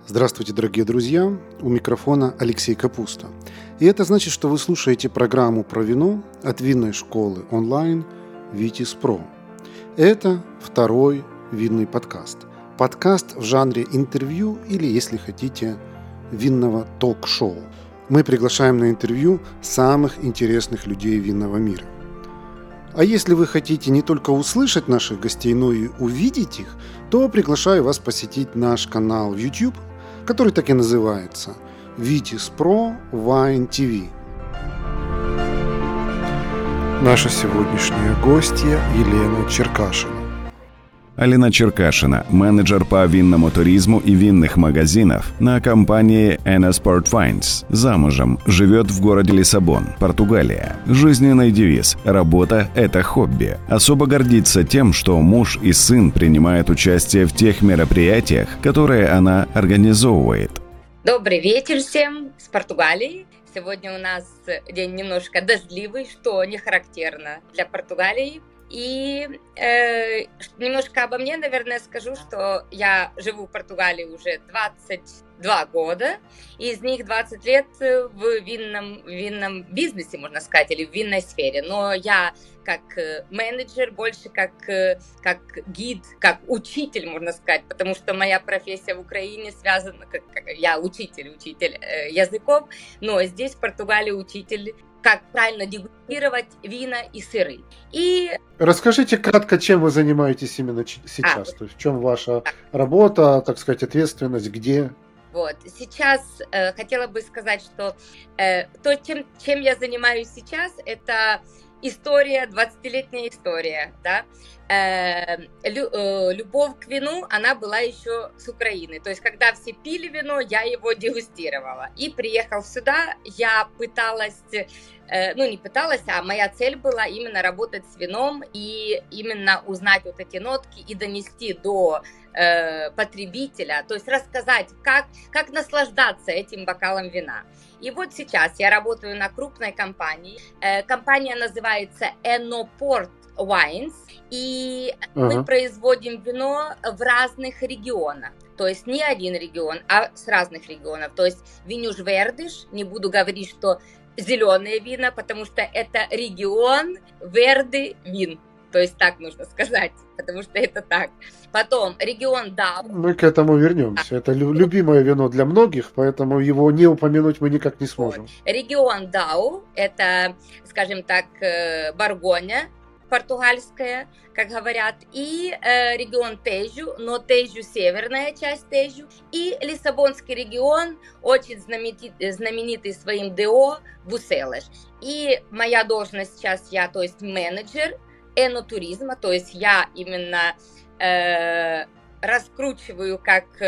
Здравствуйте, дорогие друзья! У микрофона Алексей Капуста. И это значит, что вы слушаете программу про вино от винной школы онлайн Vitis Pro. Это второй винный подкаст. Подкаст в жанре интервью или, если хотите, винного ток-шоу. Мы приглашаем на интервью самых интересных людей винного мира. А если вы хотите не только услышать наших гостей, но и увидеть их, то приглашаю вас посетить наш канал в YouTube, который так и называется Vitis Pro Wine TV. Наша сегодняшняя гостья Елена Черкашина. Алена Черкашина, менеджер по винному туризму и винных магазинов на компании Enesport Wines. Замужем, живет в городе Лиссабон, Португалия. Жизненный девиз «Работа – это хобби». Особо гордится тем, что муж и сын принимают участие в тех мероприятиях, которые она организовывает. Добрый вечер всем с Португалии. Сегодня у нас день немножко дождливый, что не характерно для Португалии. И немножко обо мне, наверное, скажу, что я живу в Португалии уже 22 года, и из них 20 лет в винном бизнесе, можно сказать, или в винной сфере. Но я как менеджер, больше как гид, как учитель, можно сказать, потому что моя профессия в Украине связана, я учитель языков, но здесь в Португалии учитель, как правильно дегустировать вина и сыры. И расскажите кратко, чем вы занимаетесь именно сейчас, то есть в чем ваша работа, так сказать, ответственность, где? Вот, сейчас хотела бы сказать, что чем я занимаюсь сейчас, это история, 20-летняя история, да. Любовь к вину, она была еще с Украины. То есть, когда все пили вино, я его дегустировала. И приехав сюда, я пыталась, моя цель была именно работать с вином и именно узнать вот эти нотки и донести до потребителя, то есть рассказать, как наслаждаться этим бокалом вина. И вот сейчас я работаю на крупной компании. Компания называется Enesport Wines, и мы производим вино в разных регионах. То есть не один регион, а с разных регионов. То есть Vinhos Verdes, не буду говорить, что зеленые вина, потому что это регион Верды вин. То есть так нужно сказать, потому что это так. Потом регион Дау. Мы к этому вернемся. Это любимое вино для многих, поэтому его не упомянуть мы никак не сможем. Вот. Регион Дау, это, скажем так, Боргония португальская, как говорят, и регион Тежу, но Тежу северная часть Тежу, и Лиссабонский регион, очень знаменитый своим ДО Буселеш. И моя должность сейчас, то есть менеджер энотуризма, то есть я именно раскручиваю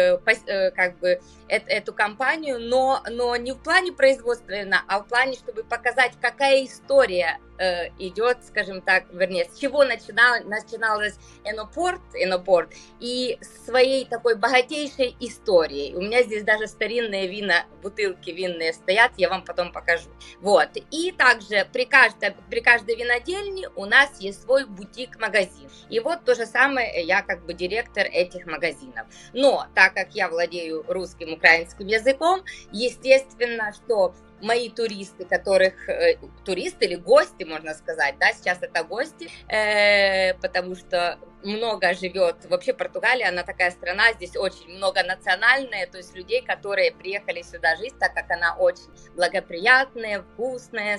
эту компанию, но не в плане производственного, а в плане, чтобы показать, какая история идет, скажем так, вернее, с чего начиналась Enesport и своей такой богатейшей историей. У меня здесь даже старинные вина, бутылки винные стоят, я вам потом покажу. Вот. И также при каждой винодельне у нас есть свой бутик-магазин. И вот то же самое, я как бы директор этих магазинов. Но так как я владею русским, украинским языком, естественно, что мои туристы, туристы или гости, можно сказать, да, сейчас это гости, потому что много живет, вообще Португалия, она такая страна, здесь очень многонациональная, то есть людей, которые приехали сюда жить, так как она очень благоприятная, вкусная,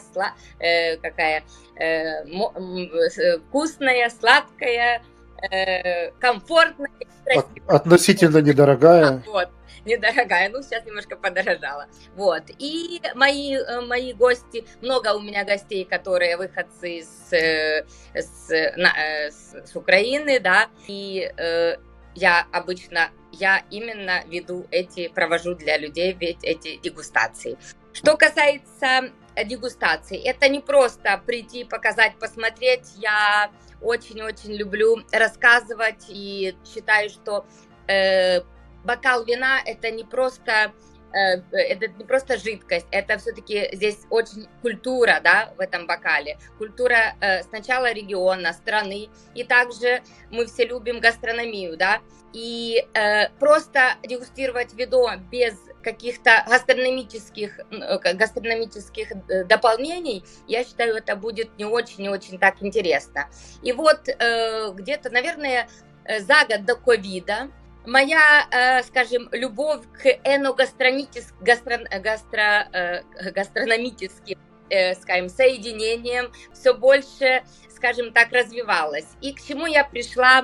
вкусная, сладкая, комфортная. Относительно недорогая. Вот. Недорогая, сейчас немножко подорожала. Вот. И мои гости, много у меня гостей, которые выходцы с Украины, да, и я именно провожу для людей эти дегустации. Что касается дегустаций, это не просто прийти, показать, посмотреть. Я очень-очень люблю рассказывать и считаю, что бокал вина – это не просто это не просто жидкость, это все-таки здесь очень культура, да, в этом бокале. Культура сначала региона, страны, и также мы все любим гастрономию, да, и просто дегустировать вино без каких-то гастрономических дополнений, я считаю, это будет не очень так интересно. И вот где-то, наверное, за год до ковида моя, скажем, любовь к гастрономическим, скажем, соединениям все больше, скажем так, развивалась. И к чему я пришла,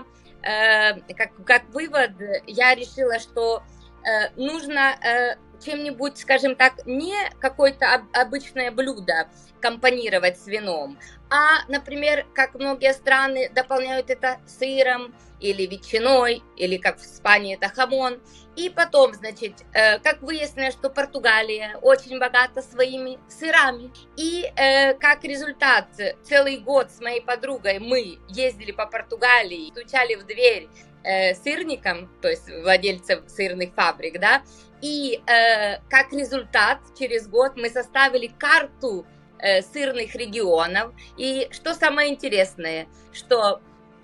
как вывод, я решила, что нужно чем-нибудь, скажем так, не какое-то обычное блюдо компонировать с вином, а, например, как многие страны дополняют это сыром или ветчиной, или как в Испании это хамон. И потом, значит, как выяснилось, что Португалия очень богата своими сырами. И как результат, целый год с моей подругой мы ездили по Португалии, стучали в дверь сырникам, то есть владельцев сырных фабрик, да, и как результат, через год мы составили карту сырных регионов. И что самое интересное, что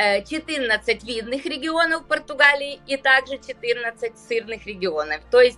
14 видных регионов Португалии и также 14 сырных регионов. То есть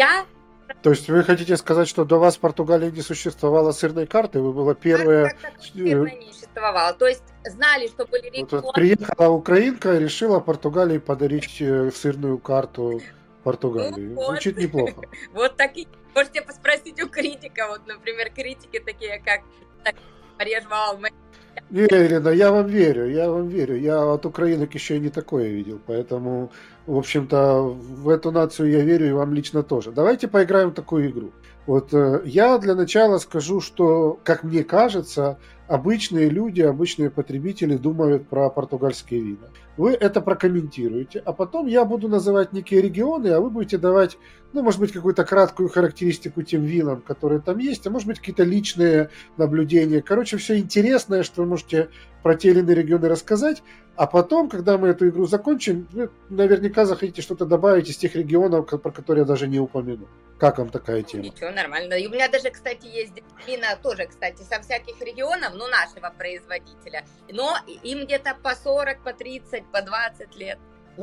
вы хотите сказать, что до вас в Португалии не существовало сырной карты? Вы была первая... не существовало. То есть знали, что были регионы... Вот приехала украинка и решила Португалии подарить сырную карту Португалии. Звучит неплохо. Вот так и... Можете спросить у критика. Вот, например, критики такие, как Мария Жвалова. Не, Ирина, я вам верю. Я от украинок еще и не такое видел, поэтому, в общем-то, в эту нацию я верю, и вам лично тоже. Давайте поиграем в такую игру. Вот я для начала скажу, что, как мне кажется, обычные люди, обычные потребители думают про португальские вина. Вы это прокомментируете, а потом я буду называть некие регионы, а вы будете давать, может быть, какую-то краткую характеристику тем винам, которые там есть, а может быть, какие-то личные наблюдения. Короче, все интересное, что вы можете про те или иные регионы рассказать, а потом, когда мы эту игру закончим, вы наверняка захотите что-то добавить из тех регионов, про которые я даже не упомянул. Как вам такая тема? Ничего, нормально. И у меня даже, кстати, есть вина тоже, кстати, со всяких регионов, нашего производителя, но им где-то по 40, по 30, по 20 лет.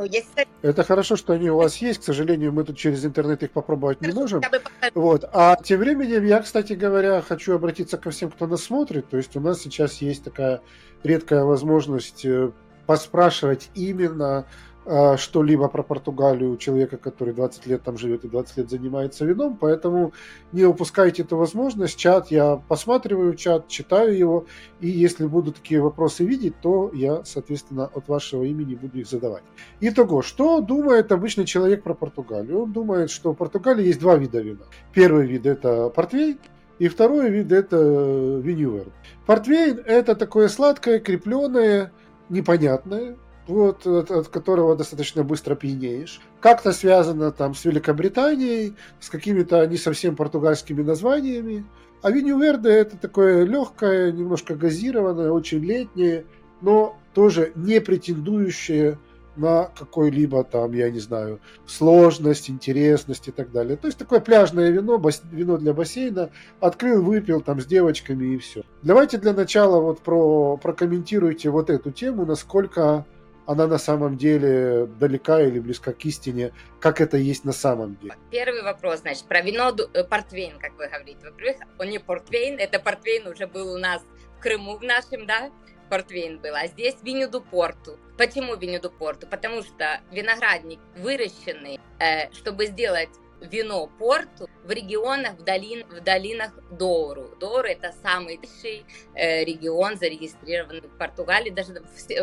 Это хорошо, что они у вас есть. К сожалению, мы тут через интернет их попробовать не можем. Вот. А тем временем я, кстати говоря, хочу обратиться ко всем, кто нас смотрит. То есть у нас сейчас есть такая редкая возможность поспрашивать именно что-либо про Португалию у человека, который 20 лет там живет и 20 лет занимается вином, поэтому не упускайте эту возможность. Чат, я посматриваю чат, читаю его, и если буду такие вопросы видеть, то я, соответственно, от вашего имени буду их задавать. Итого, что думает обычный человек про Португалию? Он думает, что в Португалии есть два вида вина. Первый вид – это портвейн, и второй вид – это виньюверд. Портвейн – это такое сладкое, крепленое, непонятное, вот, от которого достаточно быстро пьянеешь. Как-то связано там с Великобританией, с какими-то не совсем португальскими названиями. А виньюверде это такое легкое, немножко газированное, очень летнее, но тоже не претендующее на какой-либо там, я не знаю, сложность, интересность и так далее. То есть такое пляжное вино, вино для бассейна, открыл, выпил там с девочками и все. Давайте для начала вот прокомментируйте вот эту тему, насколько она на самом деле далека или близка к истине, как это есть на самом деле. Первый вопрос, значит, про вино портвейн, как вы говорите. Во-первых, он не портвейн, это портвейн уже был у нас в Крыму в нашем, да, портвейн был, а здесь виньо ду Порту. Почему виньо ду Порту? Потому что виноградник выращенный, чтобы сделать вино Порту в регионах, в долинах Доуру. Доуру – это самый большой регион, зарегистрированный в Португалии, даже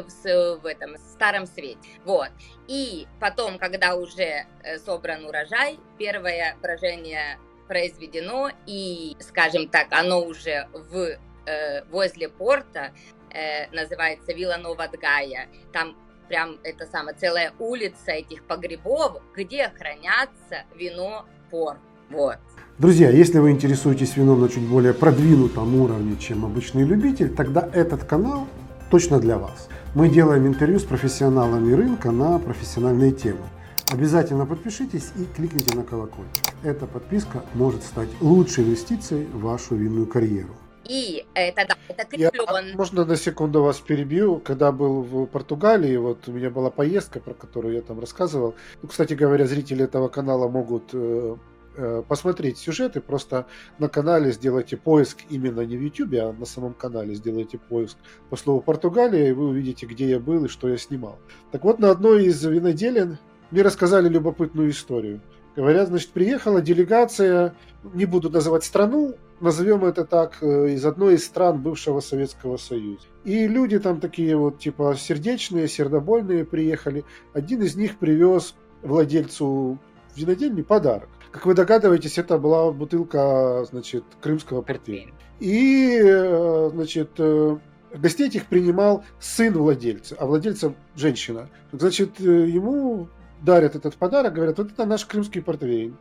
в этом Старом Свете. Вот. И потом, когда уже собран урожай, первое брожение произведено, и, скажем так, оно уже возле порта, называется Вила Нова де Гаия. Там прям это самая целая улица этих погребов, где хранятся вино Порт. Вот. Друзья, если вы интересуетесь вином на чуть более продвинутом уровне, чем обычный любитель, тогда этот канал точно для вас. Мы делаем интервью с профессионалами рынка на профессиональные темы. Обязательно подпишитесь и кликните на колокольчик. эта подписка может стать лучшей инвестицией в вашу винную карьеру. И это креплен. Можно на секунду вас перебью? Когда был в Португалии, вот у меня была поездка, про которую я там рассказывал. Ну, кстати говоря, зрители этого канала могут посмотреть сюжеты, просто на канале сделайте поиск именно не в YouTube, а на самом канале сделайте поиск по слову Португалия, и вы увидите, где я был и что я снимал. Так вот, на одной из виноделин мне рассказали любопытную историю. Говорят, значит, приехала делегация, не буду называть страну, назовем это так, из одной из стран бывшего Советского Союза. И люди там такие вот типа сердечные, сердобольные приехали. Один из них привез владельцу винодельни подарок. Как вы догадываетесь, это была бутылка, значит, крымского портвейна. И, значит, гостей этих принимал сын владельца, а владельца женщина. Значит, ему дарят этот подарок, говорят, вот это наш крымский портвейн.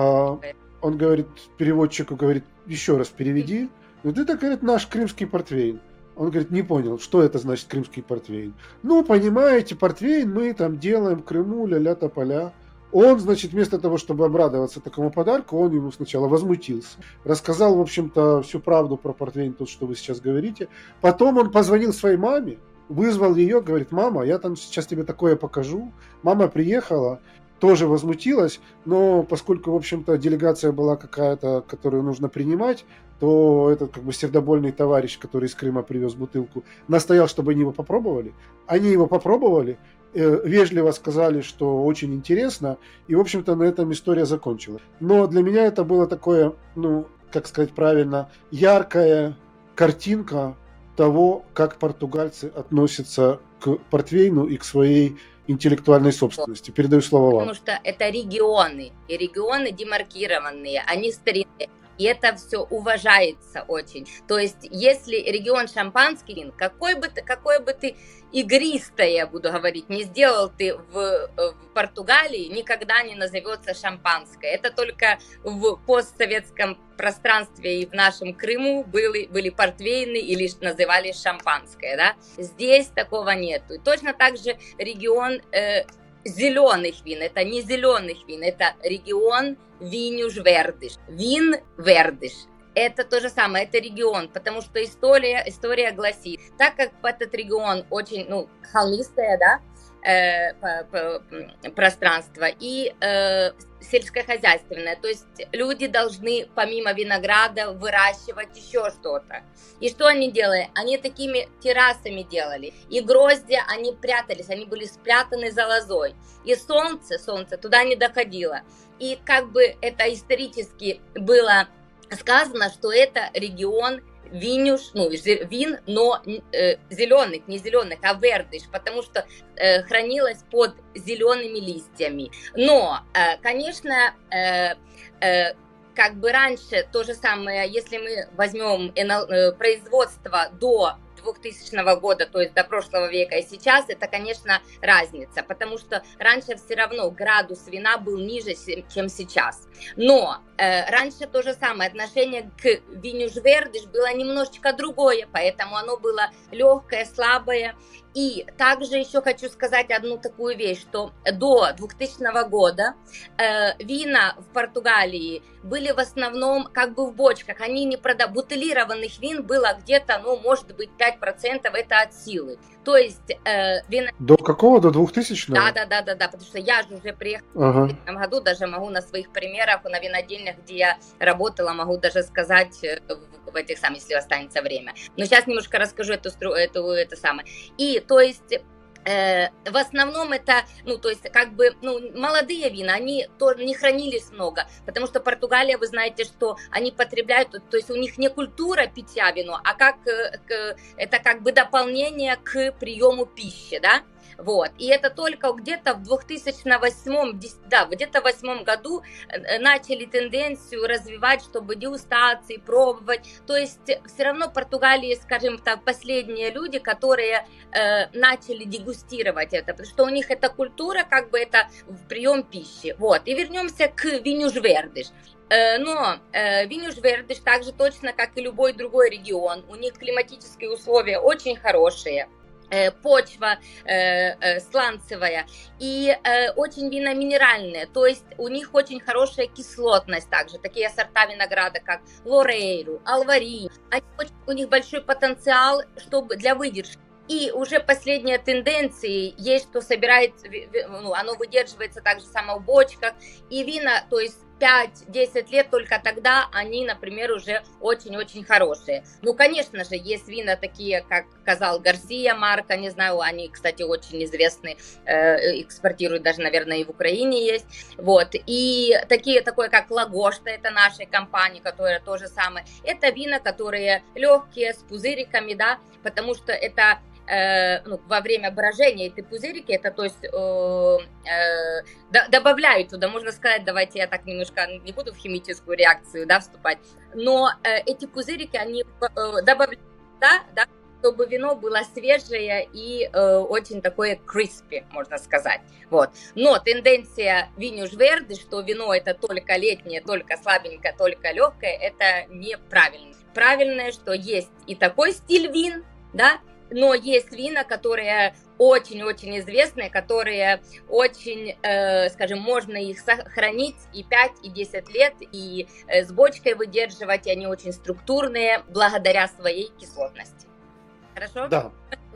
Он говорит, переводчику говорит, еще раз переведи. Вот это, говорит, наш крымский портвейн. Он говорит, не понял, что это значит крымский портвейн. Ну, понимаете, портвейн мы там делаем в Крыму, ля-ля тополя. Он, значит, вместо того, чтобы обрадоваться такому подарку, он ему сначала возмутился. Рассказал, в общем-то, всю правду про портвейн, то, что вы сейчас говорите. Потом он позвонил своей маме, вызвал ее, говорит, мама, я там сейчас тебе такое покажу. Мама приехала, тоже возмутилась, но поскольку, в общем-то, делегация была какая-то, которую нужно принимать, то этот как бы сердобольный товарищ, который из Крыма привез бутылку, настоял, чтобы они его попробовали. Они его попробовали, вежливо сказали, что очень интересно, и, в общем-то, на этом история закончилась. Но для меня это было такое, ну, как сказать правильно, яркая картинка того, как португальцы относятся к портвейну и к своей интеллектуальной собственности. Передаю слово вам. Потому что это регионы, и регионы демаркированные, они старинные. И это все уважается очень. То есть, если регион шампанский, какой бы ты игристое, буду говорить, не сделал ты в Португалии, никогда не назовется шампанское. Это только в постсоветском пространстве и в нашем Крыму были портвейны или назывались шампанское. Да? Здесь такого нету. И точно так же регион зеленых вин, это не зеленых вин, это регион Vinhos Verdes, Вин Вердиш. Это то же самое, это регион, потому что история гласит, так как этот регион очень, холмистое, да, пространство и сельскохозяйственное, то есть люди должны помимо винограда выращивать еще что-то. И что они делали? Они такими террасами делали, и гроздья они прятались, они были спрятаны за лозой, и солнце туда не доходило. И как бы это исторически было сказано, что это регион вин, но зеленых, не зеленых, а вердиш, потому что хранилось под зелеными листьями. Но, конечно, как бы раньше то же самое, если мы возьмем производство до 2000 года, то есть до прошлого века и сейчас, это, конечно, разница, потому что раньше все равно градус вина был ниже, чем сейчас. Но раньше то же самое, отношение к Vinhos Verdes было немножечко другое, поэтому оно было легкое, слабое. И также еще хочу сказать одну такую вещь, что до 2000 года вина в Португалии были в основном как бы в бочках, они не бутылированных вин было где-то, может быть, 5%, это от силы. То есть вина... До какого? До 2000-го? Да, потому что я же уже приехала в этом году, даже могу на своих примерах, на винодельнях, где я работала, могу даже сказать в этих самых, если останется время. Но сейчас немножко расскажу это самое. И, то есть... в основном это, то есть как бы, молодые вина, они тоже не хранились много, потому что Португалия, вы знаете, что они потребляют, то есть у них не культура питья вина, а это как бы дополнение к приему пищи, да. Вот. И это только где-то в 2008 году начали тенденцию развивать, чтобы дегустации, пробовать. То есть все равно в Португалии, скажем так, последние люди, которые начали дегустировать это, потому что у них эта культура, как бы это в прием пищи. Вот. И вернемся к Vinhos Verdes. Но Vinhos Verdes также точно, как и любой другой регион, у них климатические условия очень хорошие. почва сланцевая, и очень вина минеральные, то есть у них очень хорошая кислотность также, такие сорта винограда, как Лорейру, Алвари, у них большой потенциал для выдержки. И уже последние тенденции есть, что собирает, оно выдерживается так же само в бочках, и вина, то есть 5-10 лет, только тогда они, например, уже очень-очень хорошие. Ну, конечно же, есть вина такие, как Казал Гарсия марка, не знаю, они, кстати, очень известны, экспортируют даже, наверное, и в Украине есть. Вот. И такое, как Лагошта, это нашей компании, которая то же самое. Это вина, которые легкие, с пузыриками, да, потому что это во время брожения эти пузырики, это, то есть, добавляют туда, можно сказать, давайте я так немножко не буду в химическую реакцию, да, вступать, но эти пузырики, они добавляют, да, чтобы вино было свежее и очень такое crispy, можно сказать, вот. Но тенденция Vinhos Verdes, что вино это только летнее, только слабенькое, только легкое, это неправильно. Правильное, что есть и такой стиль вин, да, но есть вина, которые очень-очень известные, которые очень, скажем, можно их сохранить и 5, и 10 лет, и с бочкой выдерживать, и они очень структурные благодаря своей кислотности. Хорошо? Да.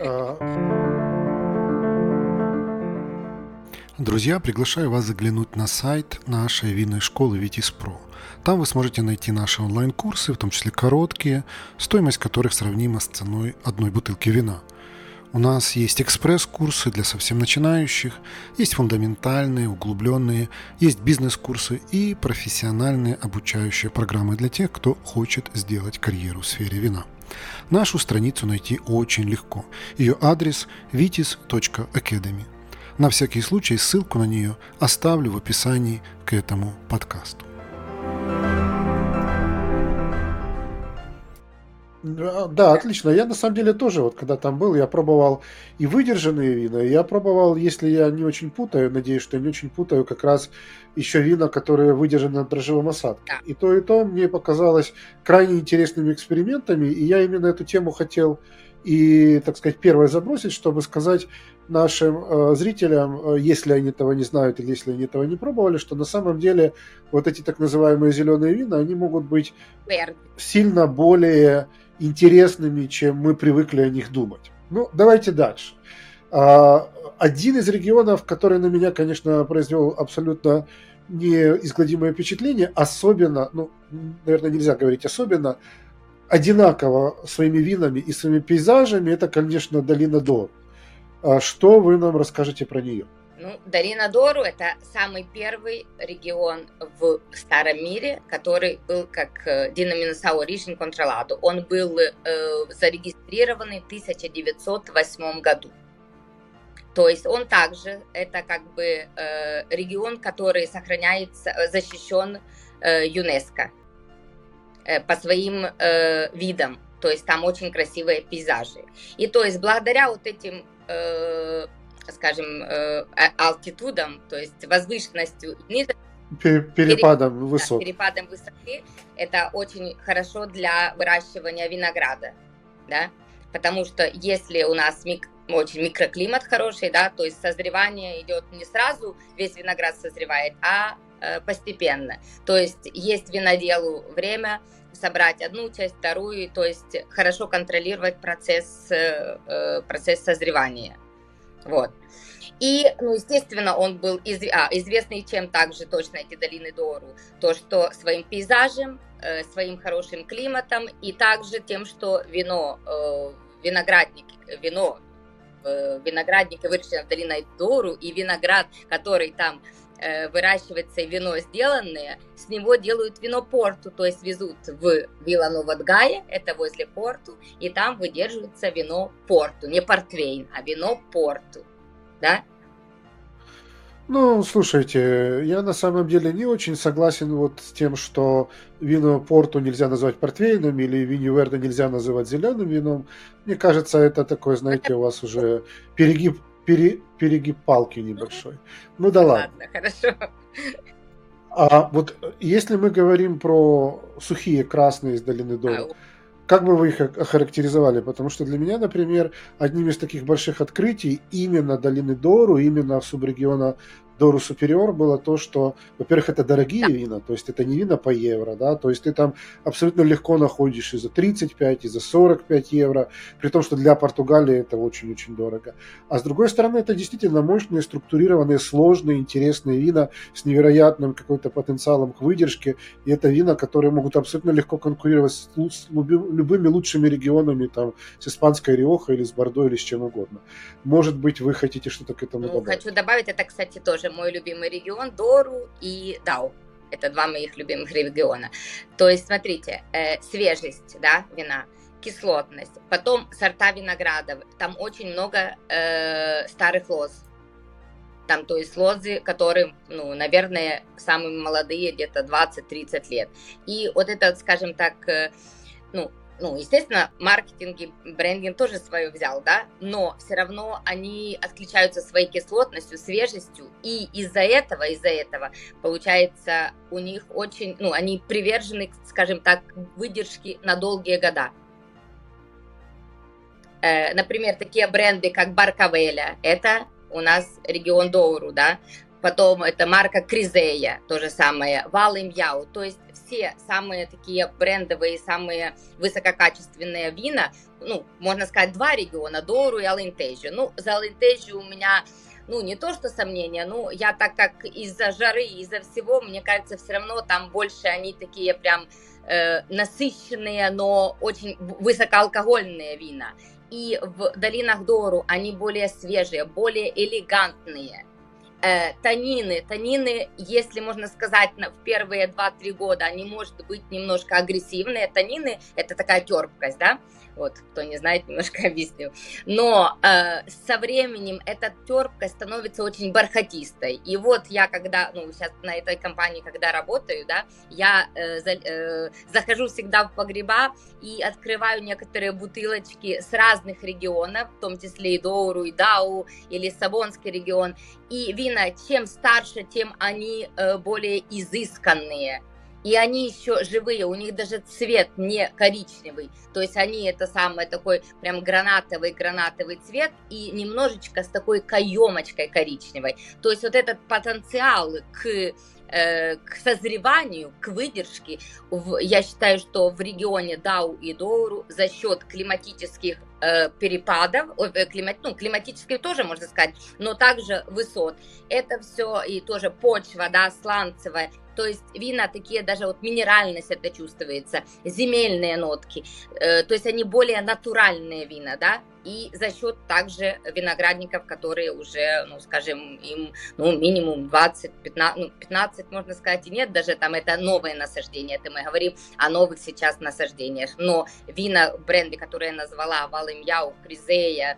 Друзья, приглашаю вас заглянуть на сайт нашей винной школы Vitis Pro. Там вы сможете найти наши онлайн-курсы, в том числе короткие, стоимость которых сравнима с ценой одной бутылки вина. У нас есть экспресс-курсы для совсем начинающих, есть фундаментальные, углубленные, есть бизнес-курсы и профессиональные обучающие программы для тех, кто хочет сделать карьеру в сфере вина. Нашу страницу найти очень легко. Ее адрес vitis.academy. На всякий случай ссылку на нее оставлю в описании к этому подкасту. Да, отлично. Я на самом деле тоже, вот когда там был, я пробовал и выдержанные вина, и я пробовал, если я не очень путаю, надеюсь, что я не очень путаю, как раз еще вина, которые выдержаны на дрожжевом осадке. И то мне показалось крайне интересными экспериментами, и я именно эту тему хотел и, так сказать, первое забросить, чтобы сказать нашим зрителям, если они этого не знают или если они этого не пробовали, что на самом деле вот эти так называемые зеленые вина, они могут быть сильно более интересными, чем мы привыкли о них думать. Ну, давайте дальше. Один из регионов, который на меня, конечно, произвел абсолютно неизгладимое впечатление, особенно, ну, наверное, нельзя говорить особенно, одинаково своими винами и своими пейзажами, это, конечно, долина Дору. Что вы нам расскажете про нее? Ну, долина Дору – это самый первый регион в Старом мире, который был как Denominação Origem Controlado. Он был зарегистрирован в 1908 году. То есть он также, это как бы регион, который сохраняется, защищен ЮНЕСКО по своим видам. То есть там очень красивые пейзажи. И то есть благодаря вот этим скажем, алтитудом, то есть возвышенностью, перепадом высот. Перепадом высоты, это очень хорошо для выращивания винограда, да, потому что если у нас очень микроклимат хороший, да, то есть созревание идет не сразу, весь виноград созревает, а постепенно, то есть виноделу время собрать одну часть, вторую, то есть хорошо контролировать процесс созревания. Вот. И, ну, естественно, он был известный чем также точно эти долины Дору, то, что своим пейзажем, своим хорошим климатом и также тем, что виноградники выращены в долине Дору, и виноград, который там выращивается, и вино сделанное, с него делают вино Порту, то есть везут в Вила-Нова-де-Гая, это возле Порту, и там выдерживается вино Порту, не портвейн, а вино Порту, да? Ну, слушайте, я на самом деле не очень согласен вот с тем, что вино Порту нельзя назвать портвейном или Виньо Верде нельзя называть зеленым вином. Мне кажется, это такой, знаете, у вас уже перегиб палки небольшой. Ну да ладно. Хорошо. А вот если мы говорим про сухие красные из долины Дору, как бы вы их охарактеризовали? Потому что для меня, например, одним из таких больших открытий именно долины Дору, именно субрегиона Дору Супериор было то, что, во-первых, это дорогие вина, то есть это не вина по евро, да, то есть ты там абсолютно легко находишь и за 35, и за 45 евро, при том, что для Португалии это очень-очень дорого. А с другой стороны, это действительно мощные, структурированные, сложные, интересные вина с невероятным какой-то потенциалом к выдержке, и это вина, которые могут абсолютно легко конкурировать с любыми лучшими регионами, там, с испанской Риохой или с Бордо или с чем угодно. Может быть, вы хотите что-то к этому добавить? Хочу добавить, это, кстати, тоже мой любимый регион, Дору и Дау. Это два моих любимых региона. То есть, смотрите, свежесть, да, вина, кислотность, потом сорта виноградов. Там очень много старых лоз. Там, то есть, лозы, которые, ну, наверное, самые молодые, где-то 20-30 лет. И вот это, скажем так, естественно, маркетинг и брендинг тоже свое взял, да, но все равно они отличаются своей кислотностью, свежестью, и из-за этого, получается, у них очень, они привержены, скажем так, выдержке на долгие года. Например, такие бренды, как Баркавеля, это у нас регион Доуру, да, потом это марка Кризея, то же самое, Валымьяу, то есть все самые такие брендовые, самые высококачественные вина, можно сказать, два региона, Доуру и Алентежу. За Алентежу у меня, не то что сомнения, я так как из-за жары, из-за всего, мне кажется, все равно там больше они такие прям насыщенные, но очень высокоалкогольные вина. И в долинах Дору они более свежие, более элегантные. Танины, если можно сказать, в первые 2-3 года они, может быть, немножко агрессивные. Танины – это такая терпкость, да? Вот, кто не знает, немножко объясню. Но со временем эта терпкость становится очень бархатистой. И вот я, когда, сейчас на этой компании, когда работаю, да, я захожу всегда в погреба и открываю некоторые бутылочки с разных регионов, в том числе и Доуру, и Дау, и Лиссабонский регион. И вина, чем старше, тем они более изысканные. И они еще живые, у них даже цвет не коричневый. То есть они это самый такой прям гранатовый цвет и немножечко с такой каемочкой коричневой. То есть вот этот потенциал к созреванию, к выдержке, я считаю, что в регионе Дау и Доуру за счет климатических перепадов, климатических тоже можно сказать, но также высот. Это все и тоже почва, да, сланцевая. То есть вина такие, даже вот минеральность это чувствуется, земельные нотки, то есть они более натуральные вина, да, и за счет также виноградников, которые уже, скажем, им, минимум 20, 15, можно сказать, и нет, даже там это новые насаждения, это мы говорим о новых сейчас насаждениях, но вина, бренды, которые я назвала, Валымьяу, Кризея,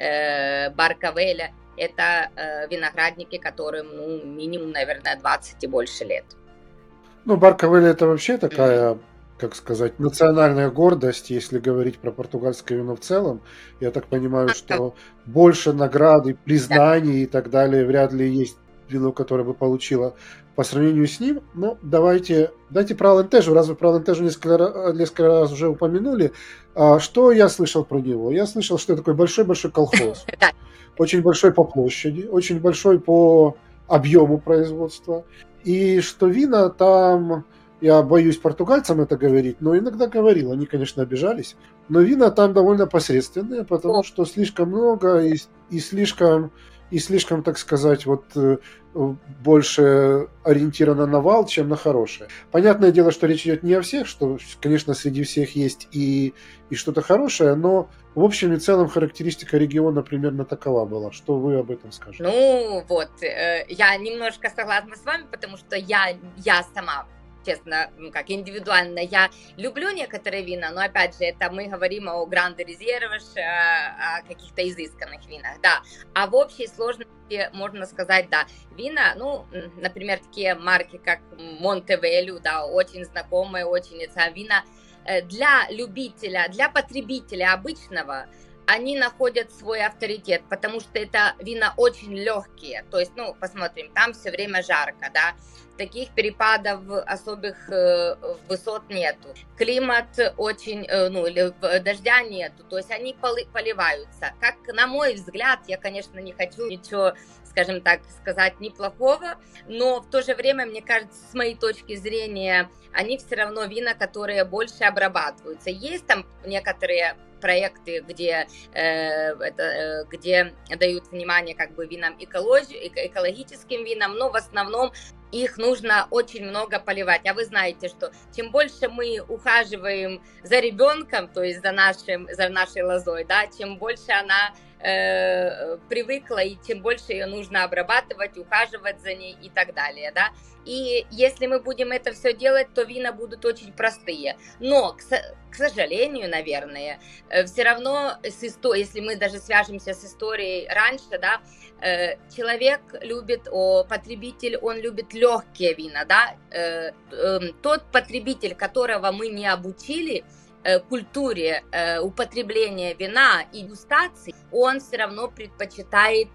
Баркавеля, это виноградники, которым, минимум, наверное, 20 и больше лет. Баркавеля это вообще такая, как сказать, национальная гордость, если говорить про португальское вино в целом. Я так понимаю, что больше наград и признаний и так далее вряд ли есть вино, которое бы получило по сравнению с ним. Но дайте про Алентежу, раз вы про Алентежу несколько раз уже упомянули. Что я слышал про него? Я слышал, что это такой большой-большой колхоз. Очень большой по площади, очень большой по объему производства. И что вина там, я боюсь португальцам это говорить, но иногда говорил, они, конечно, обижались, но вина там довольно посредственные, потому что слишком много и слишком, так сказать, вот больше ориентировано на вал, чем на хорошее. Понятное дело, что речь идет не о всех, что, конечно, среди всех есть и что-то хорошее, но в общем и целом характеристика региона примерно такова была. Что вы об этом скажете? Я немножко согласна с вами, потому что я сама, честно, индивидуально, я люблю некоторые вина, но опять же, это мы говорим о Гранде Резерваш, о каких-то изысканных винах, да. А в общей сложности можно сказать, да, вина, например, такие марки, как Монтевелю, да, очень знакомые, очень вина для любителя, для потребителя обычного, они находят свой авторитет, потому что это вина очень легкие, то есть, посмотрим, там все время жарко, да, таких перепадов особых высот нету, климат очень, дождя нету, то есть они поливаются. Как на мой взгляд, я, конечно, не хочу ничего, скажем так, сказать неплохого, но в то же время, мне кажется, с моей точки зрения, они все равно вина, которые больше обрабатываются. Есть там некоторые проекты, где дают внимание как бы винам экологическим винам, но в основном их нужно очень много поливать. А вы знаете, что чем больше мы ухаживаем за ребенком, то есть за нашей лозой, да, чем больше она привыкла, и тем больше ее нужно обрабатывать, ухаживать за ней и так далее, да. И если мы будем это все делать, то вина будут очень простые. Но, к сожалению, наверное, все равно если мы даже свяжемся с историей раньше, да, человек любит, потребитель, он любит легкие вина, да. Тот потребитель, которого мы не обучили культуре употребления вина и дегустации, он все равно предпочитает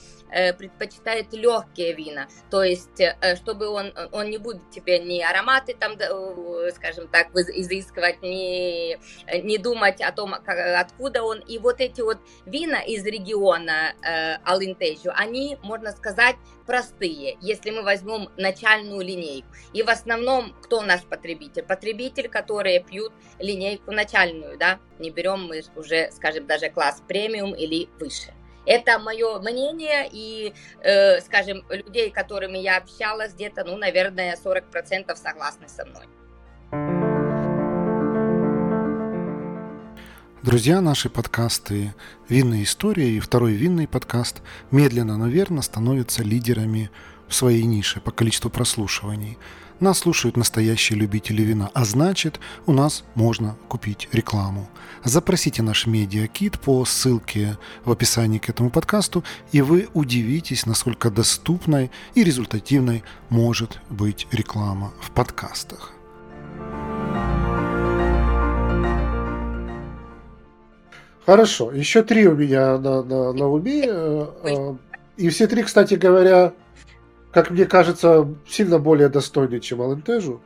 легкие вина, то есть чтобы он не будет тебе ни ароматы там, скажем так, изыскивать, не думать о том, откуда он, и вот эти вот вина из региона Алентежо, они, можно сказать, простые, если мы возьмем начальную линейку. И в основном, кто наш потребитель? Потребитель, которые пьют линейку начальную, да, не берем мы уже, скажем, даже класс премиум или выше. Это мое мнение, и, скажем, людей, с которыми я общалась, где-то, наверное, 40% согласны со мной. Друзья, наши подкасты «Винные истории» и второй винный подкаст медленно, но верно становятся лидерами в своей нише по количеству прослушиваний. Нас слушают настоящие любители вина, а значит, у нас можно купить рекламу. Запросите наш медиакит по ссылке в описании к этому подкасту, и вы удивитесь, насколько доступной и результативной может быть реклама в подкастах. Хорошо, еще 3 у меня на уме, и все 3, кстати говоря, как мне кажется, сильно более достойны, чем Алентежу,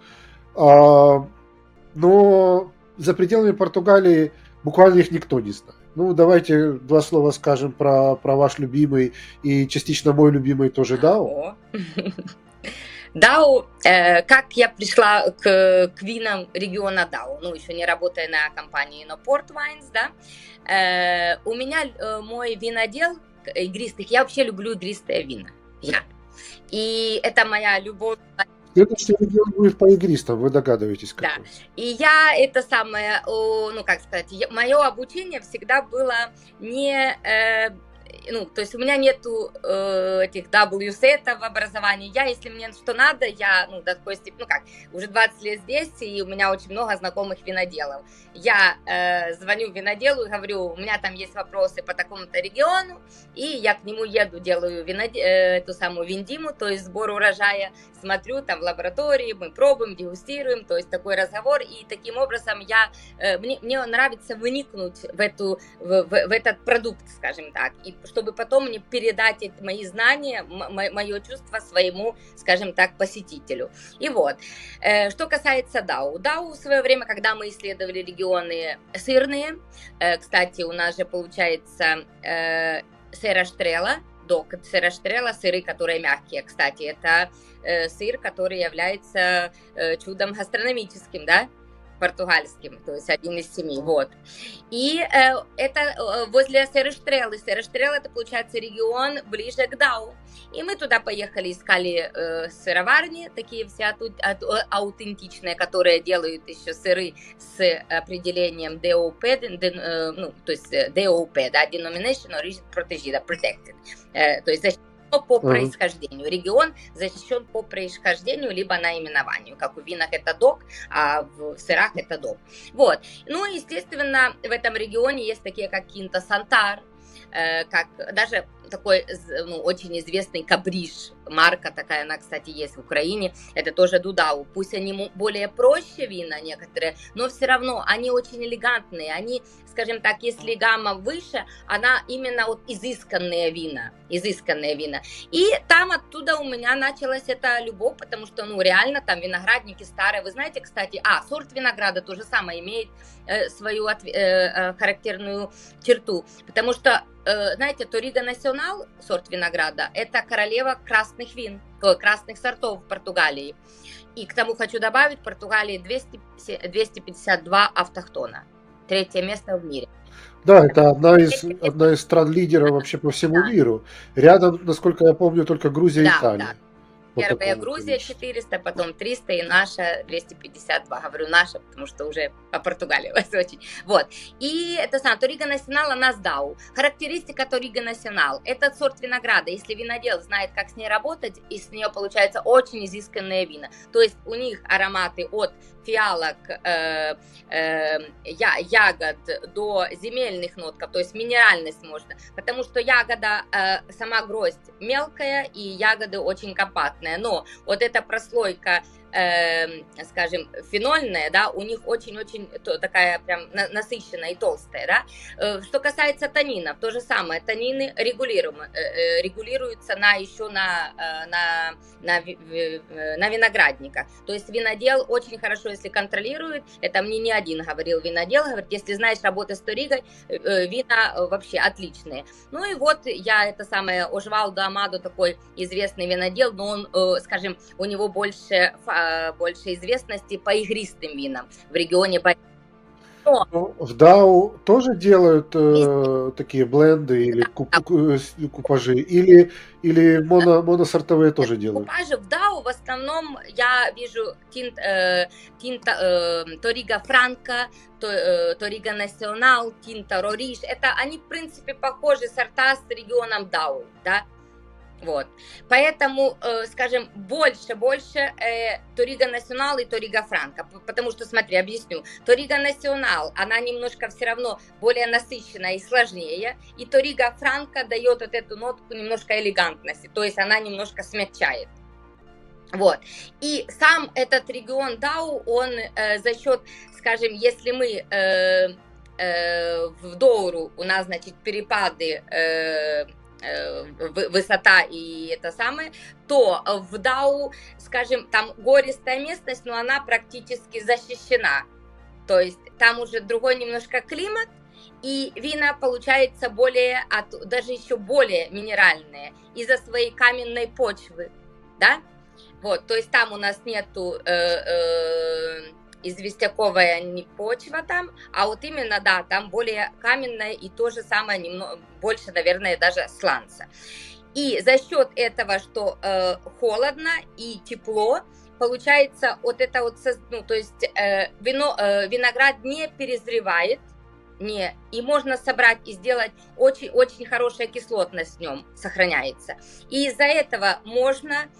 но за пределами Португалии буквально их никто не знает. Давайте 2 слова скажем про ваш любимый и частично мой любимый тоже Дау. Дау, как я пришла к винам региона Дау, еще не работая на компании Enoport Wines, да, у меня мой винодел игристых, я вообще люблю игристые вина, и это моя любовь. Следующий регион будет по игристам, вы догадываетесь, какой. Да, и я это самое, мое обучение всегда было не... то есть у меня нету этих WSET в образовании. Если мне что надо, я, до такой степени, уже 20 лет здесь, и у меня очень много знакомых виноделов. Я звоню виноделу и говорю, у меня там есть вопросы по такому-то региону, и я к нему еду, делаю эту самую виндиму, то есть сбор урожая, смотрю там в лаборатории, мы пробуем, дегустируем, то есть такой разговор, и таким образом мне нравится вникнуть в этот продукт, скажем так, и чтобы потом мне передать мои знания, мое чувство своему, скажем так, посетителю. И вот, что касается Дау. Дау в свое время, когда мы исследовали регионы сырные, кстати, у нас же получается Serra Estrela, Serra Estrela, сыры, которые мягкие, кстати, это сыр, который является чудом гастрономическим, да, португальским, то есть 1 из 7, вот. И это возле Serra Estrela. Serra Estrela это, получается, регион ближе к Дау. И мы туда поехали, искали сыроварни, такие все аутентичные, которые делают еще сыры с определением DOP, то есть DOP, да, Denomination Origin Protected, то есть защищен по происхождению. Регион защищен по происхождению либо наименованию. Как в винах это DOC, а в сырах это DOP. Вот. Естественно, в этом регионе есть такие, как Quinta Santar, как даже такой очень известный Кабриш марка такая, она, кстати, есть в Украине, это тоже Дудау. Пусть они более проще вина некоторые, но все равно они очень элегантные. Они, скажем так, если гамма выше, она именно вот изысканные вина. И там оттуда у меня началась эта любовь, потому что, ну, реально там виноградники старые. Вы знаете, кстати, сорт винограда то же самое имеет свою характерную черту, потому что, знаете, Торрига Национал, сорт винограда, это королева красных вин, красных сортов в Португалии. И к тому хочу добавить, в Португалии 252 автохтона, 3-е место в мире. Да, это одна из стран-лидеров вообще по всему миру. Рядом, насколько я помню, только Грузия и Италия. Да. Первая Грузия 400, потом 300 и наша 252. Говорю наша, потому что уже по-португалилась очень. Вот. И это самое, Торрига Национал, она с Дау. Характеристика Торрига Национал. Этот сорт винограда, если винодел знает, как с ней работать, и с нее получается очень изысканное вино. То есть у них ароматы от фиалок, ягод до земельных нотков, то есть минеральность можно, потому что ягода, сама гроздь мелкая и ягоды очень компактные, но вот эта прослойка, скажем, фенольная, да, у них очень-очень такая прям насыщенная и толстая, да. Что касается танинов, то же самое, танины регулируются еще на виноградниках, то есть винодел очень хорошо, если контролирует, это мне не один говорил винодел, говорит, если знаешь работать с Торригой, вина вообще отличные. Ну и вот я Ожвалдо Амадо такой известный винодел, но он, скажем, у него больше известности по игристым винам в регионе. В Дау тоже делают такие бленды или купажи, или моносортовые тоже делают? Купажи в Дау в основном я вижу Торрига Франко, Торрига Национал, Тинта Рориш. Это они, в принципе, похожи сорта с регионом Дау, да? Вот. Поэтому, скажем, больше Торрига Национал и Торрига Франко, потому что, смотри, объясню, Торрига Национал, она немножко все равно более насыщенная и сложнее, и Торрига Франко дает вот эту нотку немножко элегантности, то есть она немножко смягчает. Вот. И сам этот регион Дау, он за счет, скажем, если мы в Доуру, у нас, значит, перепады высота и это самое, то в Дау, скажем, там гористая местность, но она практически защищена. То есть там уже другой немножко климат, и вина получается даже еще более минеральные из-за своей каменной почвы, да? Вот, то есть там у нас нету известняковая не почва там, а вот именно, да, там более каменная и то же самое, немного больше, наверное, даже сланца. И за счет этого, что холодно и тепло, получается вот это вот, ну, то есть виноград не перезревает, и можно собрать и сделать очень-очень хорошая кислотность в нем сохраняется. И из-за этого можно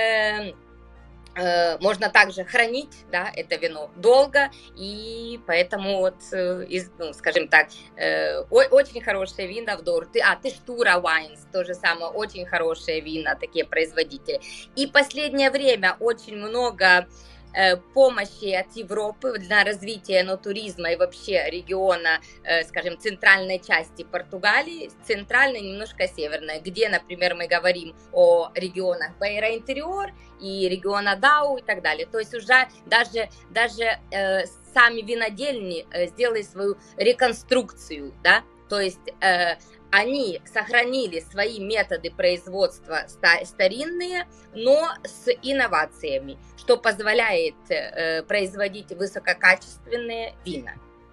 также хранить, да, это вино долго, и поэтому вот, ну, скажем так, очень хорошие вина в Доуру. Тештура Wines, то же самое, очень хорошие вина, такие производители. И последнее время очень много помощи от Европы для развития туризма и вообще региона, скажем, центральной части Португалии, центральной, немножко северной, где, например, мы говорим о регионах Бейра Интериор и региона Дау и так далее. То есть уже даже сами винодельни сделали свою реконструкцию, да, то есть они сохранили свои методы производства старинные, но с инновациями, что позволяет производить высококачественные вина.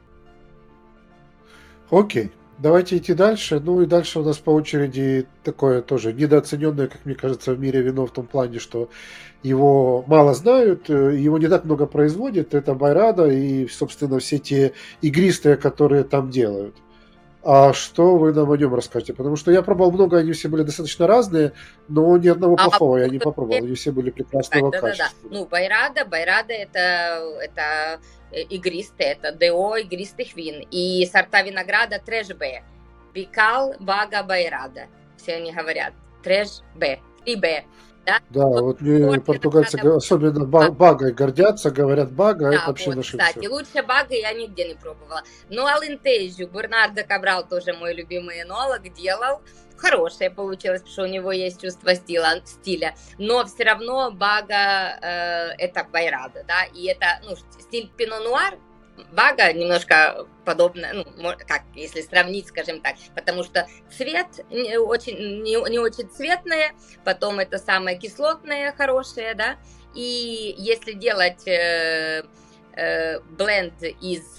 Окей, давайте идти дальше. Ну и дальше у нас по очереди такое тоже недооцененное, как мне кажется, в мире вино в том плане, что его мало знают, его не так много производят. Это Байрадо и, собственно, все те игристые, которые там делают. А что вы нам о нем расскажете? Потому что я пробовал много, они все были достаточно разные, но ни одного плохого я не попробовал. Они все были прекрасного качества. Ну, Байрадо это игристые, это ДО игристых вин. И сорта винограда Треш-Б. Бикал, Бага, Байрадо. Все они говорят. Треш-Б. 3Б. да. Да, вот мне португальцы, особенно багой гордятся, говорят, бага, да, это вообще вот, наше кстати, все. лучше бага я нигде не пробовала. Но Алентежу Бернардо Кабрал, тоже мой любимый энолог, делал. Хорошее получилось, потому что у него есть чувство стиля. Но все равно бага это Байрадо, да, и это, ну, стиль пино-нуар, бага немножко подобно, ну, как, если сравнить, скажем так, потому что цвет не очень цветное, потом это самое кислотное, хорошее, да, и если делать бленд из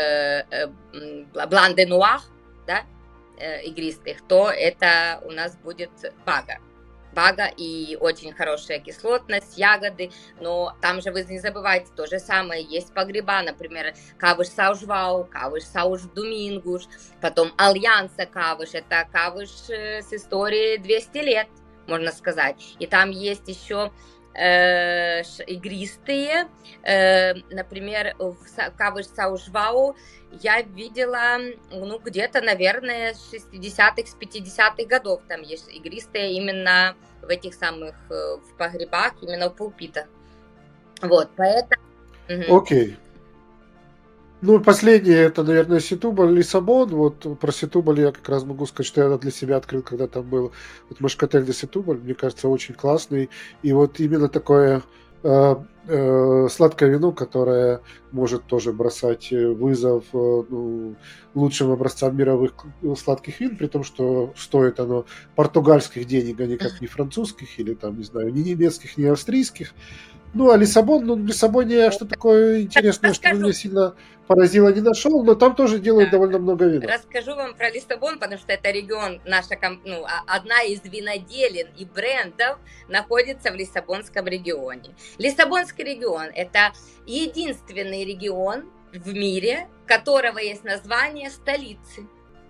блан де нуар, да, игристых, то это у нас будет бага. Бага и очень хорошая кислотность, ягоды, но там же вы не забывайте, то же самое, есть погреба, например, кавыш саужвау, кавыш сауж думингуш, потом альянса кавыш, это кавыш с историей 200 лет, можно сказать, и там есть еще игристые, например, в кавыш саужвау я видела, ну, где-то, наверное, с 60-х, с 50-х годов там есть игристые именно в этих самых, в погребах, именно в пулпитах. Вот, поэтому... Окей. Ну, последнее, это, наверное, Сетубаль, Лиссабон. Вот про Сетубаль я как раз могу сказать, что я для себя открыл, когда там был вот Мошкатель де Сетубаль. Мне кажется, очень классный. И вот именно такое сладкое вино, которое может тоже бросать вызов ну, лучшим образцам мировых сладких вин, при том, что стоит оно португальских денег, а никак не французских, или там, не знаю, ни немецких, ни австрийских. Ну, а Лиссабон, ну, в Лиссабоне я что такое интересное, что меня сильно поразило, не нашел, но там тоже делают довольно много вина. Расскажу вам про Лиссабон, потому что это регион, наша, ну, одна из виноделин и брендов находится в Лиссабонском регионе. Лиссабонский регион – это единственный регион в мире, у которого есть название столицы.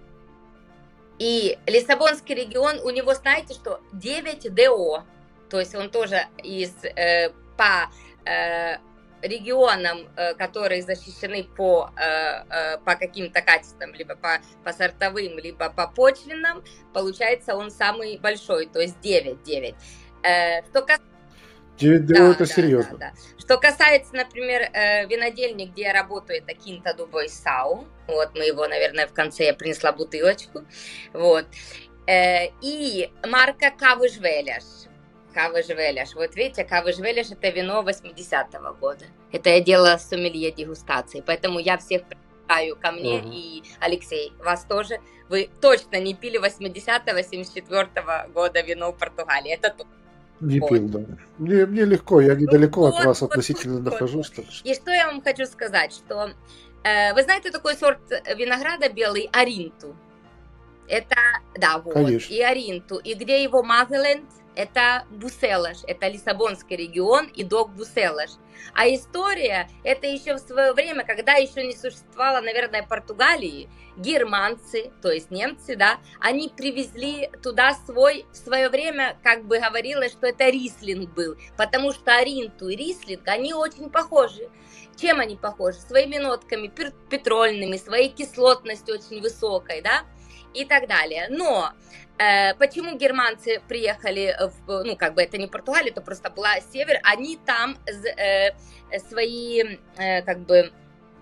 И Лиссабонский регион, у него, знаете, что 9 ДО, то есть он тоже по регионам, которые защищены по каким-то качествам, либо по сортовым, либо по почвенным, получается, он самый большой, то есть 9. 9 ДО это серьезно. Да. Что касается, например, винодельни, где я работаю, это Кинта ду Бойсау, вот мы его, наверное, в конце я принесла бутылочку, вот, и марка Кавыш Веляш. Кавыш Веляш. Вот видите, Кавыш Веляш – это вино 80-го года. Это я делала сомелье дегустации. Поэтому я всех приглашаю ко мне. И, Алексей, вас тоже. Вы точно не пили 80-го, 74-го года вино в Португалии. Это точно. Не пил, да. Мне легко, я недалеко от вас относительно нахожусь. Так что... И что я вам хочу сказать, что вы знаете такой сорт винограда белый Аринту? Это, да, вот. Конечно. И Аринту. И где его Мазеленд? Это Буселаш, это Лиссабонский регион и док Буселаш. А история, это еще в свое время, когда еще не существовало, наверное, Португалии, германцы, то есть немцы, да, они привезли туда в свое время, как бы говорилось, что это рислинг был, потому что Аринту и рислинг, они очень похожи. Чем они похожи? Своими нотками петрольными, своей кислотностью очень высокой, да, и так далее. Но почему германцы приехали, ну, как бы это не Португалия, это просто была север, они там свои, как бы,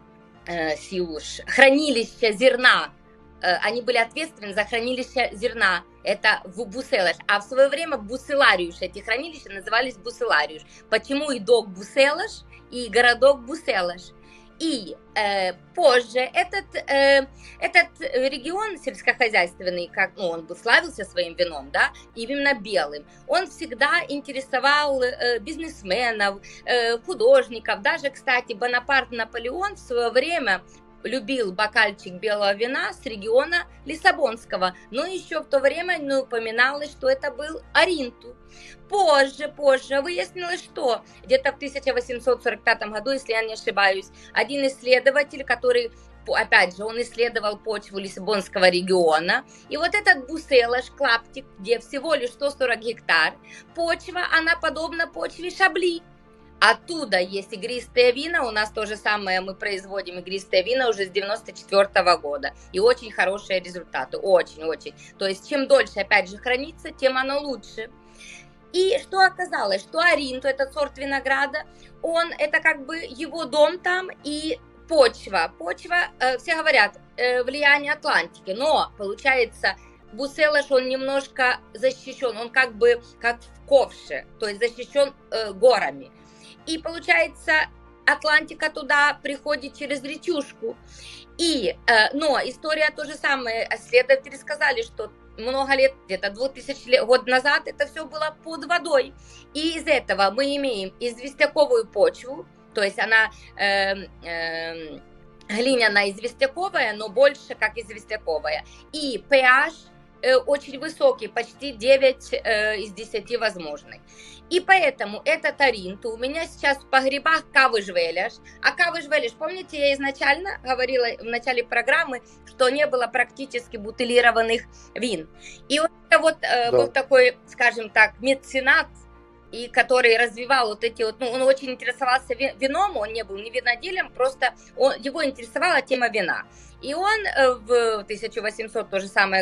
хранилища зерна, они были ответственны за хранилище зерна, это в Буселаш, а в свое время Буселариуш, эти хранилища назывались Буселариуш. Почему и док Буселаш, и городок Буселаш? И позже этот регион сельскохозяйственный, как, ну, он славился своим вином, да, именно белым, он всегда интересовал бизнесменов, художников. Даже, кстати, Бонапарт Наполеон в свое время любил бокальчик белого вина с региона Лиссабонского, но еще в то время не упоминалось, что это был Аринту. Позже выяснилось, что где-то в 1845 году, если я не ошибаюсь, один исследователь, который, опять же, он исследовал почву Лиссабонского региона, и вот этот Буселаш, клаптик, где всего лишь 140 гектар, почва, она подобна почве Шабли. Оттуда есть игристые вина, у нас то же самое, мы производим игристые вина уже с 94 года, и очень хорошие результаты, очень-очень. То есть чем дольше, опять же, хранится, тем оно лучше. И что оказалось, что Аринто, этот сорт винограда, это как бы его дом там и почва. Все говорят, влияние Атлантики, но получается, Буселаш, он немножко защищен, он как бы как в ковше, то есть защищен горами. И получается, Атлантика туда приходит через речушку. Но история то же самое. Исследователи сказали, что много лет, где-то 2000 год назад, это все было под водой. И из этого мы имеем известняковую почву, то есть она глиняно-известняковая, но больше как известняковая. И pH очень высокий, почти 9 из 10 возможных. И поэтому этот Аринто у меня сейчас в погребах Кавыш-Велеш. А Кавыш-Велеш, помните, я изначально говорила в начале программы, что не было практически бутылированных вин. И был такой, скажем так, меценат, и который развивал он очень интересовался вином, он не был ни виноделем, просто его интересовала тема вина. И он в 1800, то же самое,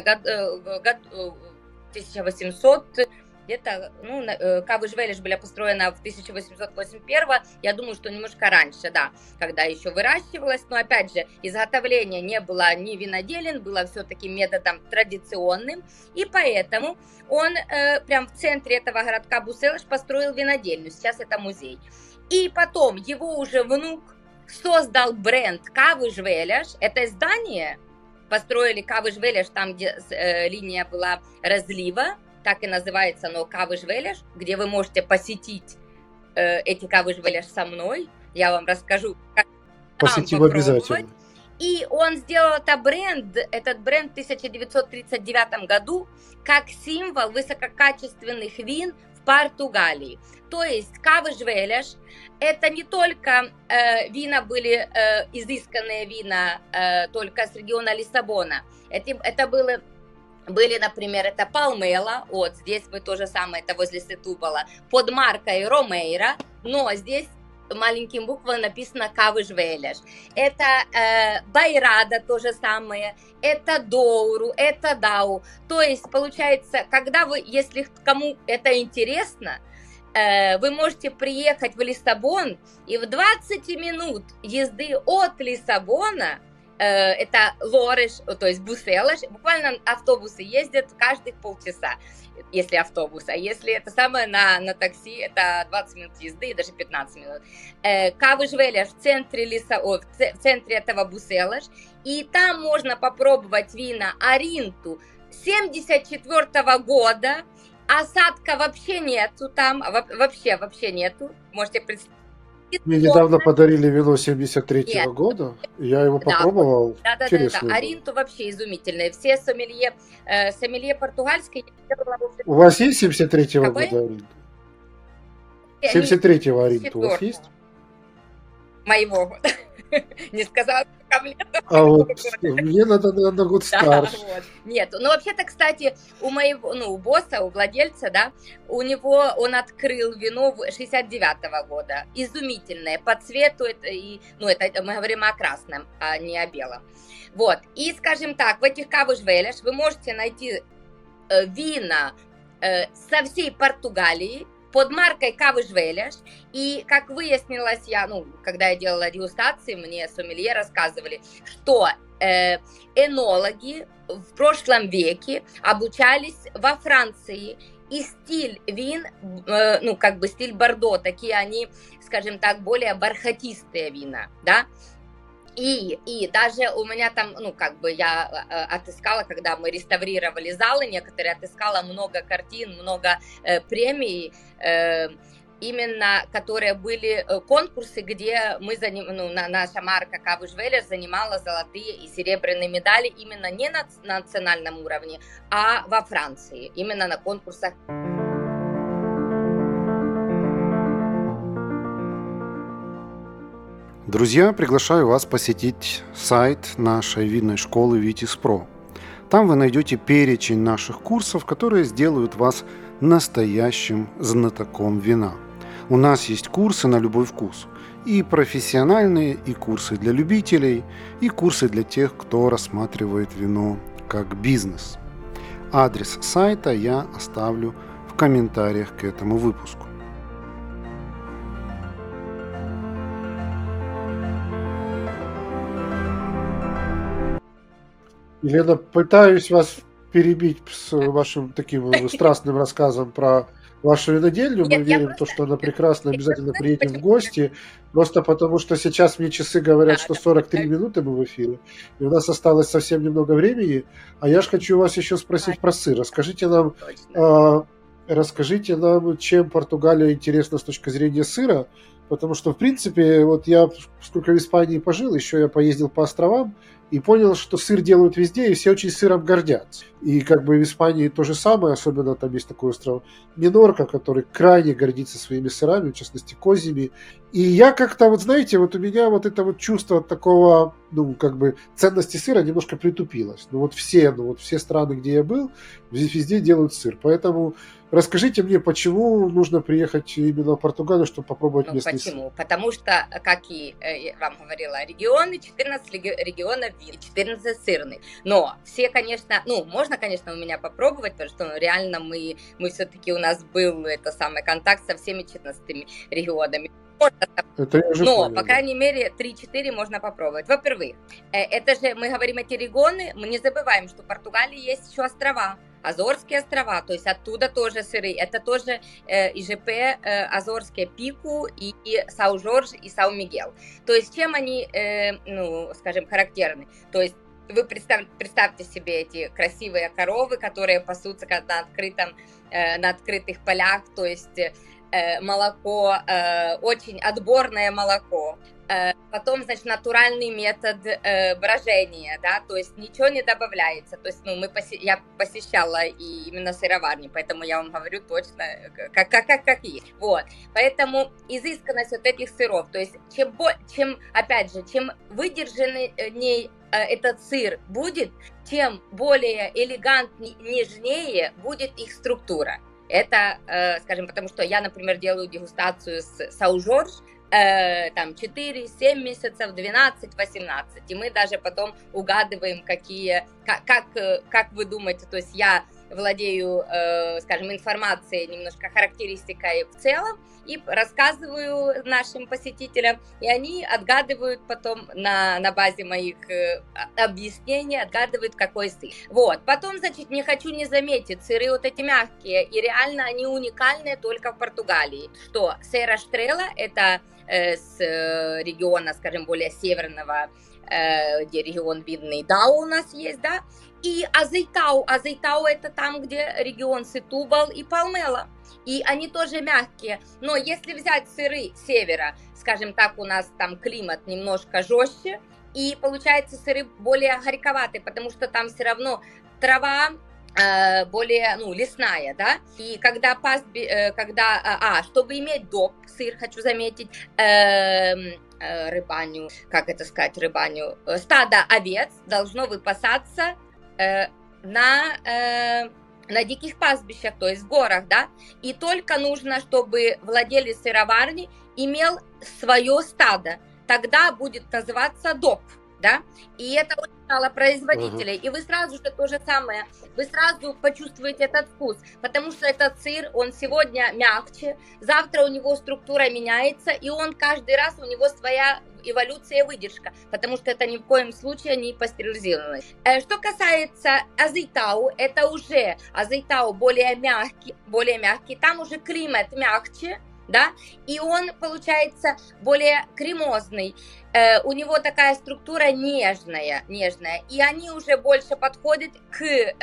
1800, где-то, Кавыш-Велеш была построена в 1881, я думаю, что немножко раньше, да, когда еще выращивалась, но опять же, изготовление не было ни виноделен, было все-таки методом традиционным, и поэтому он прям в центре этого городка Буселаш построил винодельню, сейчас это музей. И потом его уже внук создал бренд Кавыш-Велеш, это здание, построили Кавыш-Велеш там, где линия была разлива, так и называется оно Кавыш-Велеш, где вы можете посетить эти Кавыш-Велеш со мной. Я вам расскажу, как посетим обязательно. И он сделал этот бренд в 1939 году как символ высококачественных вин в Португалии. То есть Кавыш-Велеш это не только вина были, изысканные вина только с региона Лиссабона. Это были, например, это Палмела, вот здесь мы то же самое, это возле Сетубала, под маркой Ромейра, но здесь маленьким буквами написано Кавыш-Велеш. Это Байрада то же самое, это Доуру, это Дау. То есть, получается, если кому это интересно, вы можете приехать в Лиссабон, и в 20 минут езды от Лиссабона это Лореш, то есть Буселаш, буквально автобусы ездят каждых полчаса, если автобус, а если это самое на такси, это 20 минут езды, даже 15 минут. Кавыш-Велеш в центре этого Буселаш, и там можно попробовать вина Аринту 74 года, осадка вообще нету там, вообще нету, можете представить. Мне недавно подарили вино 73-го года, я его попробовал. Да. Аринту вообще изумительное. Все сомелье португальское. У вас есть 73-го года Аринту? 73-го Аринту у вас есть? Моего года. Не сказала, ко мне. А вот мне надо на год старше. Вот. Нет, вообще-то, кстати, у моего, у босса, у владельца, да, он открыл вино 69-го года, изумительное, по цвету, это мы говорим о красном, а не о белом. Вот, и, скажем так, в этих Кавыш-Велеш вы можете найти вина со всей Португалии, под маркой Кавыш-Велеш, и как выяснилось, когда я делала дегустации, мне сомелье рассказывали, что энологи в прошлом веке обучались во Франции, и стиль вин, стиль Бордо, такие они, скажем так, более бархатистые вина, да. И даже у меня там, я отыскала, когда мы реставрировали залы некоторые, отыскала много картин, много премий, именно которые были конкурсы, где наша марка Кавыш-Велеш занимала золотые и серебряные медали именно не на национальном уровне, а во Франции, именно на конкурсах. Друзья, приглашаю вас посетить сайт нашей винной школы Vitis-Pro. Там вы найдете перечень наших курсов, которые сделают вас настоящим знатоком вина. У нас есть курсы на любой вкус. И профессиональные, и курсы для любителей, и курсы для тех, кто рассматривает вино как бизнес. Адрес сайта я оставлю в комментариях к этому выпуску. Елена, пытаюсь вас перебить с вашим таким страстным рассказом про вашу винодельню. Мы верим в то, что она прекрасна, обязательно приедем в гости. Просто потому, что сейчас мне часы говорят, что 43 минуты мы в эфире, и у нас осталось совсем немного времени. А я же хочу вас еще спросить про сыр. Расскажите нам, чем Португалия интересна с точки зрения сыра, потому что, в принципе, вот я сколько в Испании пожил, еще я поездил по островам, и понял, что сыр делают везде, и все очень сыром гордятся. И как бы в Испании то же самое, особенно там есть такой остров Минорка, который крайне гордится своими сырами, в частности, козьими. И я как-то, вот знаете, вот у меня вот это вот чувство такого, как бы ценности сыра немножко притупилось. Вот все страны, где я был, везде делают сыр. Поэтому расскажите мне, почему нужно приехать именно в Португалию, чтобы попробовать местный сыр? Почему? Потому что, как и я вам говорила, регионы, 14 регионов вин, 14 сырных. Но все, конечно, можно, конечно, у меня попробовать, потому что реально мы все-таки, у нас был контакт со всеми 14 регионами. Но, по крайней мере, 3-4 можно попробовать. Во-первых, это же, мы говорим эти регионы, мы не забываем, что в Португалии есть еще острова, Азорские острова, то есть оттуда тоже сыры, это тоже ИЖП Азорские, Пику и Сау-Жорж и Сау-Мигел. То есть чем они, характерны? То есть вы представьте себе эти красивые коровы, которые пасутся на открытых полях, то есть молоко, очень отборное молоко. Потом, натуральный метод брожения, да, то есть ничего не добавляется. То есть, я посещала и именно сыроварни, поэтому я вам говорю точно, как есть. Вот. Поэтому изысканность вот этих сыров, то есть чем выдержанней этот сыр будет, тем более элегантнее, нежнее будет их структура. Это, потому что я, например, делаю дегустацию с Сау-Жорж, 4-7 месяцев, 12-18, и мы даже потом угадываем, как вы думаете, то есть я владею, информацией, немножко характеристикой в целом, и рассказываю нашим посетителям, и они отгадывают потом на базе моих объяснений, отгадывают, какой сыр. Вот, потом, не хочу не заметить, сыры вот эти мягкие, и реально они уникальные только в Португалии, что Серра Штрела, это с региона, более северного, где регион видный, Дау у нас есть, да, и Азейтау. Азейтау это там, где регион Сетубал и Палмела. И они тоже мягкие. Но если взять сыры севера, у нас там климат немножко жестче, и получается сыры более горьковатые, потому что там все равно трава более, лесная, да, и чтобы иметь доп, сыр, хочу заметить, стадо овец должно выпасаться на диких пастбищах, то есть в горах, да, и только нужно, чтобы владелец сыроварни имел свое стадо, тогда будет называться доп, да, и это очень мало производителей, и вы сразу же то же самое, вы сразу почувствуете этот вкус, потому что этот сыр, он сегодня мягче, завтра у него структура меняется, и он каждый раз, у него своя эволюция и выдержка, потому что это ни в коем случае не пастеризованный. Что касается Азейтау, это уже Азейтау более мягкий, там уже климат мягче, да, и он получается более кремозный, у него такая структура нежная, и они уже больше подходят к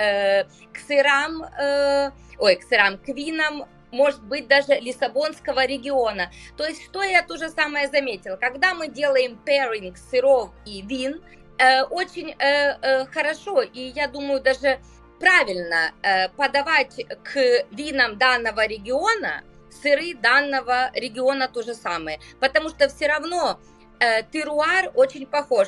винам, может быть, даже Лиссабонского региона. То есть, что я то же самое заметила, когда мы делаем pairing сыров и вин, очень хорошо, и я думаю, даже правильно подавать к винам данного региона сыры данного региона то же самое, потому что все равно теруар очень похож.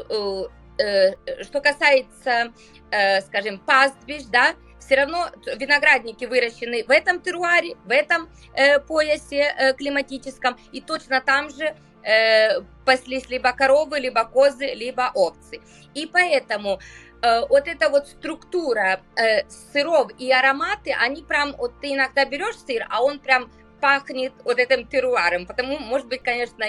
Что касается, пастбищ, да, все равно виноградники выращены в этом теруаре, в этом поясе климатическом, и точно там же паслись либо коровы, либо козы, либо овцы. И поэтому вот эта вот структура сыров и ароматы, они прям, вот ты иногда берешь сыр, а он прям пахнет вот этим теруаром, потому, может быть, конечно,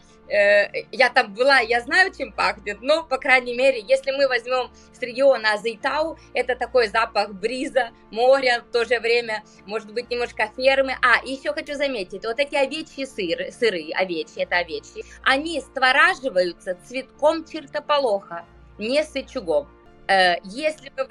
я там была, я знаю, чем пахнет, но, по крайней мере, если мы возьмем с региона Азейтау, это такой запах бриза, моря, в то же время, может быть, немножко фермы. Еще хочу заметить, вот эти овечьи сыры, овечьи, это овечьи, они створаживаются цветком чертополоха, не сычугом. Если мы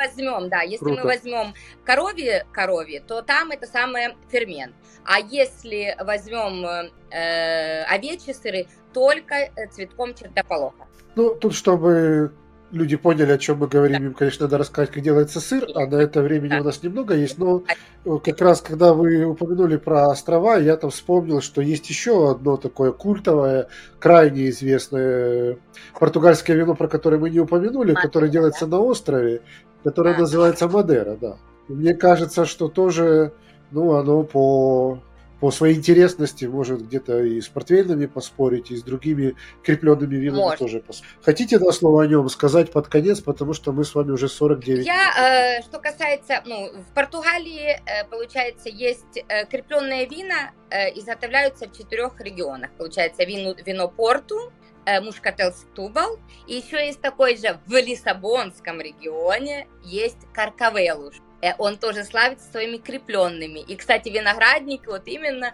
возьмем коровье, то там это самый фермент. А если возьмем овечьи сыры, только цветком чертополоха. Ну, тут, чтобы люди поняли, о чем мы говорим, им, конечно, надо рассказать, как делается сыр, а на это времени у нас немного есть, но как раз, когда вы упомянули про острова, я там вспомнил, что есть еще одно такое культовое, крайне известное португальское вино, про которое мы не упомянули, которое делается на острове, которое называется Мадейра, да. И мне кажется, что тоже, оно по своей интересности может где-то и с портвейнами поспорить, и с другими крепленными винами тоже поспорить. Хотите два слова о нем сказать под конец, потому что мы с вами уже 49 минут. Что касается, в Португалии, получается, есть крепленные вина, изготовляются в 4 регионах. Получается, вино Порту, Мушкател Сетубал, и еще есть такой же в Лиссабонском регионе, есть Каркавелуш. Он тоже славится своими крепленными. И, кстати, виноградник вот именно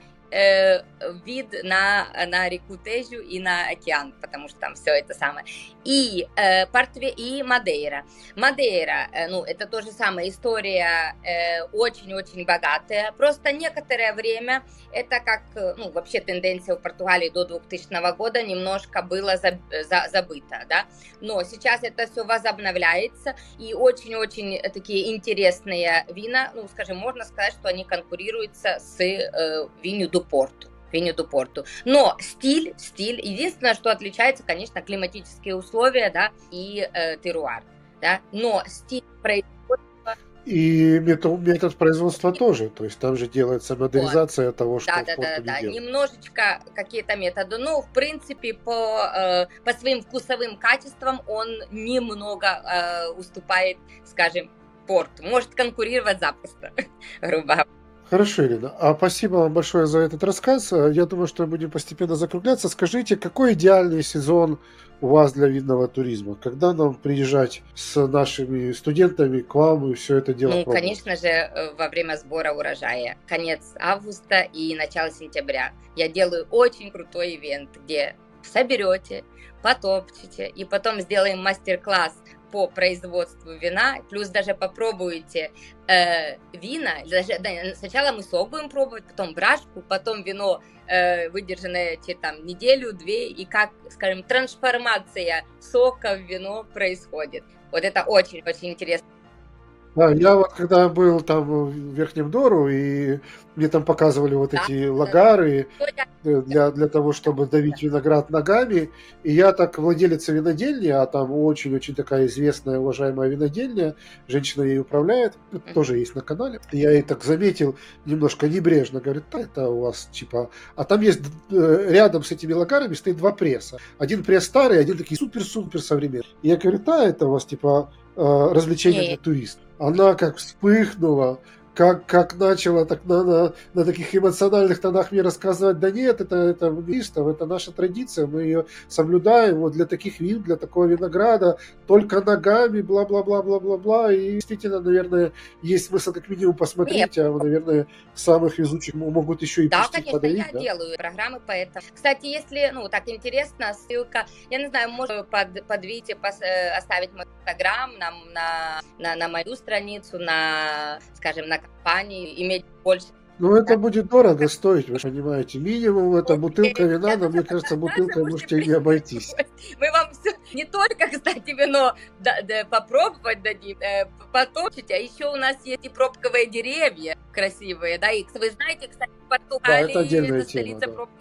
вид на реку Тежу и на океан, потому что там все это самое. И Мадейра. Мадейра, это тоже самая история, очень-очень богатая. Просто некоторое время, это как, вообще тенденция в Португалии до 2000 года немножко было забыто, да. Но сейчас это все возобновляется, и очень-очень такие интересные вина, скажем, можно сказать, что они конкурируются с винью до Порту. Но стиль, единственное, что отличается, конечно, климатические условия, да, и теруар, да, но стиль производства... И метод производства тоже, то есть там же делается модернизация того, что в Порту не делают. Немножечко какие-то методы, но в принципе по своим вкусовым качествам он немного уступает, скажем, Порту, может конкурировать запросто, грубо говоря. Хорошо, Ирина. Спасибо вам большое за этот рассказ. Я думаю, что мы будем постепенно закругляться. Скажите, какой идеальный сезон у вас для винного туризма? Когда нам приезжать с нашими студентами к вам и все это дело пробовать? Конечно же, во время сбора урожая. Конец августа и начало сентября. Я делаю очень крутой ивент, где соберете, потопчете, и потом сделаем мастер-класс по производству вина, плюс даже попробуете вина, сначала мы сок будем пробовать, потом брашку, потом вино, выдержанное неделю-две, и как, скажем, трансформация сока в вино происходит. Вот это очень-очень интересно. Да, я вот когда был там в Верхнем Дору, и мне там показывали вот эти лагары для того, чтобы давить виноград ногами, и я так владелица винодельни, а там очень-очень такая известная, уважаемая винодельня, женщина ей управляет, это тоже есть на канале, я ей так заметил немножко небрежно, говорит, это у вас а там есть рядом с этими лагарами стоит 2 пресса, один пресс старый, один такие супер-супер современный, и я говорю, это у вас развлечение для туристов. Она как вспыхнула, как начала так на таких эмоциональных тонах мне рассказывать, да нет, это туристов, это наша традиция, мы ее соблюдаем, вот для таких вин, для такого винограда, только ногами, бла-бла-бла-бла-бла-бла, и действительно, наверное, есть смысл как минимум посмотреть, наверное, самых везучих могут еще и пустить подавить. Да, конечно, я делаю программы по этому. Кстати, если, так интересно, ссылка, я не знаю, можно под видео оставить мой инстаграм, на мою страницу, скажем, на компанию, иметь больше. Это будет дорого стоить, вы понимаете. Минимум это бутылка вина, но мне кажется, бутылкой можете не обойтись. Мы вам все, не только, кстати, вино попробовать дадим, потопчить, а еще у нас есть и пробковые деревья красивые, да, и вы знаете, кстати, в Португалии это столица пробки. И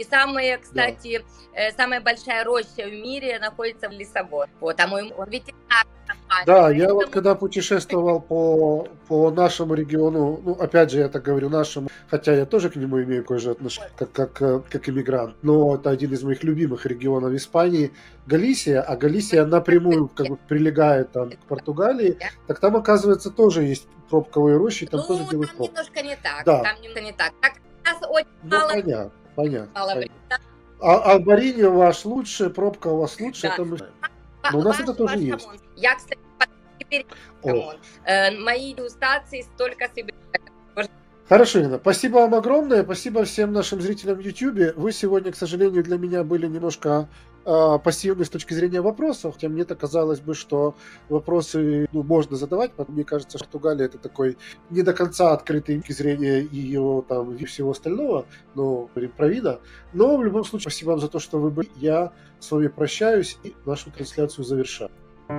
самая большая роща в мире находится в Лиссабоне. Вот, он ветеринар. Да, я вот когда путешествовал по нашему региону, ну, опять же, я так говорю нашему, хотя я тоже к нему имею кое-что отношение, как иммигрант, но это один из моих любимых регионов Испании, Галисия, а Галисия напрямую как бы прилегает там к Португалии, так там, оказывается, тоже есть пробковые рощи, там тоже делают там пробки. немножко не так, Да. там немножко не так. Так у нас очень Ну, мало понятно. времени. А Бариньо ваш лучше, пробка у вас лучше, Да. это мы... Но у нас это тоже есть. Хамон. Я, кстати, теперь хамон. Мои дегустации столько себе. Хорошо, Ирина, спасибо вам огромное, спасибо всем нашим зрителям в YouTube. Вы сегодня, к сожалению, для меня были немножко пассивны с точки зрения вопросов, хотя мне-то казалось бы, что вопросы можно задавать, мне кажется, что Португалия это такой не до конца открытый с точки зрения ее там и всего остального, но про вина. Но в любом случае, спасибо вам за то, что вы были. Я с вами прощаюсь и нашу трансляцию завершаю.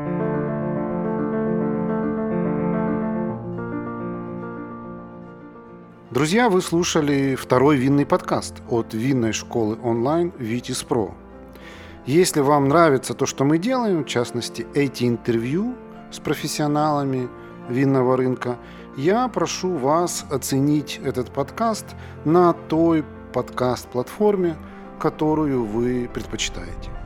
Друзья, вы слушали второй винный подкаст от винной школы онлайн Vitis Pro. Если вам нравится то, что мы делаем, в частности, эти интервью с профессионалами винного рынка, я прошу вас оценить этот подкаст на той подкаст-платформе, которую вы предпочитаете.